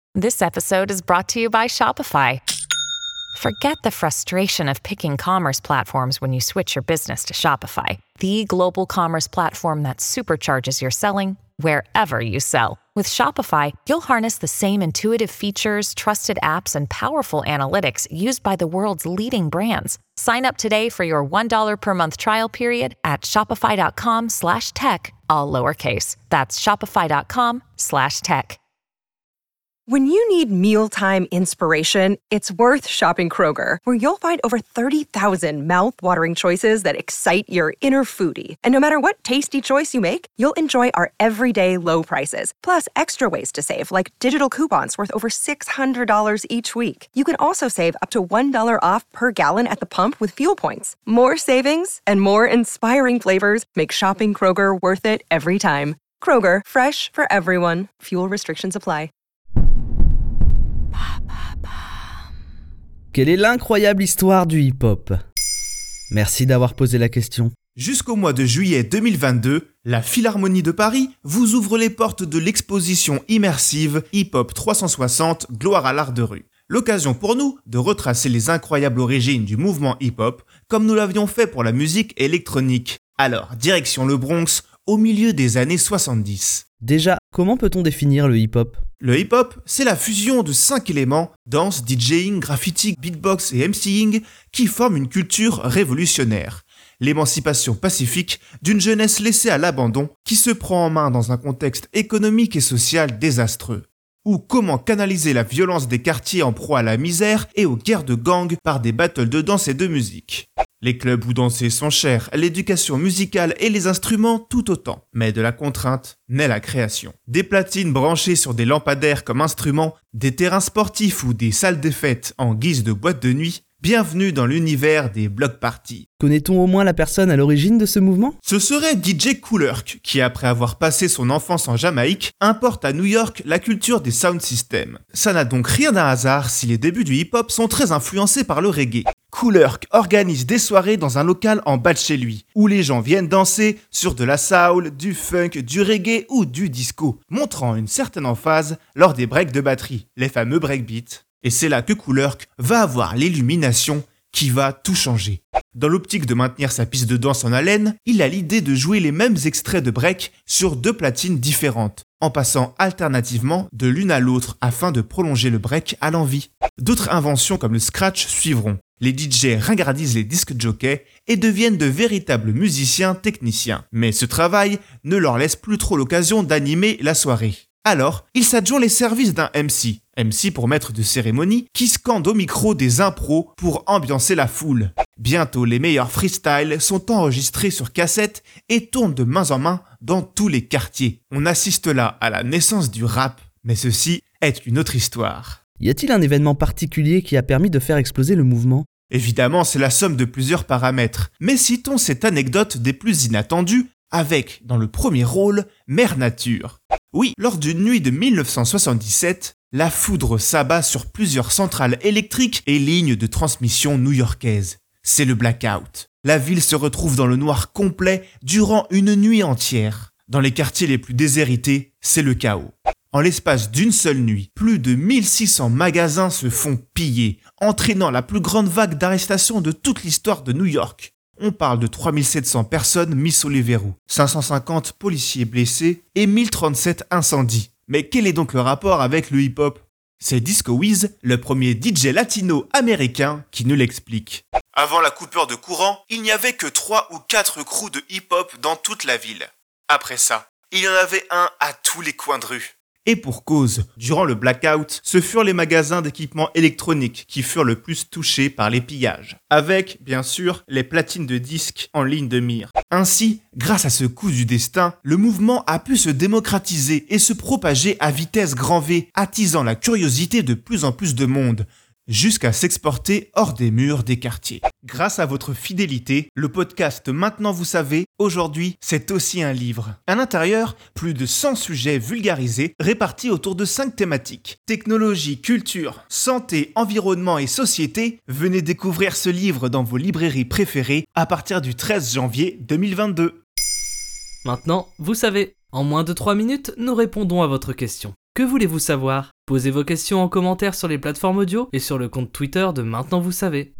This episode is brought to you by Shopify. Forget the frustration of picking commerce platforms when you switch your business to Shopify, the global commerce platform that supercharges your selling wherever you sell. With Shopify, you'll harness the same intuitive features, trusted apps, and powerful analytics used by the world's leading brands. Sign up today for your $1 per month trial period at shopify.com/tech, all lowercase. That's shopify.com/tech. When you need mealtime inspiration, it's worth shopping Kroger, where you'll find over 30,000 mouth-watering choices that excite your inner foodie. And no matter what tasty choice you make, you'll enjoy our everyday low prices, plus extra ways to save, like digital coupons worth over $600 each week. You can also save up to $1 off per gallon at the pump with fuel points. More savings and more inspiring flavors make shopping Kroger worth it every time. Kroger, fresh for everyone. Fuel restrictions apply. Quelle est l'incroyable histoire du hip-hop ? Merci d'avoir posé la question. Jusqu'au mois de juillet 2022, la Philharmonie de Paris vous ouvre les portes de l'exposition immersive Hip-Hop 360 Gloire à l'art de rue. L'occasion pour nous de retracer les incroyables origines du mouvement hip-hop comme nous l'avions fait pour la musique électronique. Alors, direction le Bronx, au milieu des années 70. Déjà, comment peut-on définir le hip-hop ? Le hip-hop, c'est la fusion de 5 éléments, danse, DJing, graffiti, beatbox et MCing, qui forment une culture révolutionnaire. L'émancipation pacifique d'une jeunesse laissée à l'abandon qui se prend en main dans un contexte économique et social désastreux. Ou comment canaliser la violence des quartiers en proie à la misère et aux guerres de gangs par des battles de danse et de musique. Les clubs où danser sont chers, l'éducation musicale et les instruments tout autant. Mais de la contrainte naît la création. Des platines branchées sur des lampadaires comme instruments, des terrains sportifs ou des salles de fête en guise de boîte de nuit. Bienvenue dans l'univers des block parties. Connaît-on au moins la personne à l'origine de ce mouvement ? Ce serait DJ Kool Herc, qui après avoir passé son enfance en Jamaïque, importe à New York la culture des sound systems. Ça n'a donc rien d'un hasard si les débuts du hip-hop sont très influencés par le reggae. Kool Herc organise des soirées dans un local en bas de chez lui, où les gens viennent danser sur de la soul, du funk, du reggae ou du disco, montrant une certaine emphase lors des breaks de batterie, les fameux breakbeats. Et c'est là que Kool Herc va avoir l'illumination qui va tout changer. Dans l'optique de maintenir sa piste de danse en haleine, il a l'idée de jouer les mêmes extraits de break sur 2 platines différentes, en passant alternativement de l'une à l'autre afin de prolonger le break à l'envi. D'autres inventions comme le scratch suivront. Les DJ ringardisent les disques jockeys et deviennent de véritables musiciens techniciens. Mais ce travail ne leur laisse plus trop l'occasion d'animer la soirée. Alors, ils s'adjoignent les services d'un MC pour maître de cérémonie, qui scande au micro des impros pour ambiancer la foule. Bientôt, les meilleurs freestyles sont enregistrés sur cassette et tournent de main en main dans tous les quartiers. On assiste là à la naissance du rap, mais ceci est une autre histoire. Y a-t-il un événement particulier qui a permis de faire exploser le mouvement ? Évidemment, c'est la somme de plusieurs paramètres, mais citons cette anecdote des plus inattendues, avec, dans le premier rôle, Mère Nature. Oui, lors d'une nuit de 1977, la foudre s'abat sur plusieurs centrales électriques et lignes de transmission new-yorkaises. C'est le blackout. La ville se retrouve dans le noir complet durant une nuit entière. Dans les quartiers les plus déshérités, c'est le chaos. En l'espace d'une seule nuit, plus de 1600 magasins se font piller, entraînant la plus grande vague d'arrestations de toute l'histoire de New York. On parle de 3700 personnes mises sous les verrous, 550 policiers blessés et 1037 incendies. Mais quel est donc le rapport avec le hip-hop ? C'est Disco Wiz, le premier DJ latino-américain, qui nous l'explique. Avant la coupure de courant, il n'y avait que 3 ou 4 crews de hip-hop dans toute la ville. Après ça, il y en avait un à tous les coins de rue. Et pour cause, durant le blackout, ce furent les magasins d'équipements électroniques qui furent le plus touchés par les pillages. Avec, bien sûr, les platines de disques en ligne de mire. Ainsi, grâce à ce coup du destin, le mouvement a pu se démocratiser et se propager à vitesse grand V, attisant la curiosité de plus en plus de monde, jusqu'à s'exporter hors des murs des quartiers. Grâce à votre fidélité, le podcast Maintenant vous savez, aujourd'hui, c'est aussi un livre. À l'intérieur, plus de 100 sujets vulgarisés, répartis autour de 5 thématiques. Technologie, culture, santé, environnement et société. Venez découvrir ce livre dans vos librairies préférées à partir du 13 janvier 2022. Maintenant, vous savez, en moins de 3 minutes, nous répondons à votre question. Que voulez-vous savoir ? Posez vos questions en commentaire sur les plateformes audio et sur le compte Twitter de Maintenant Vous Savez.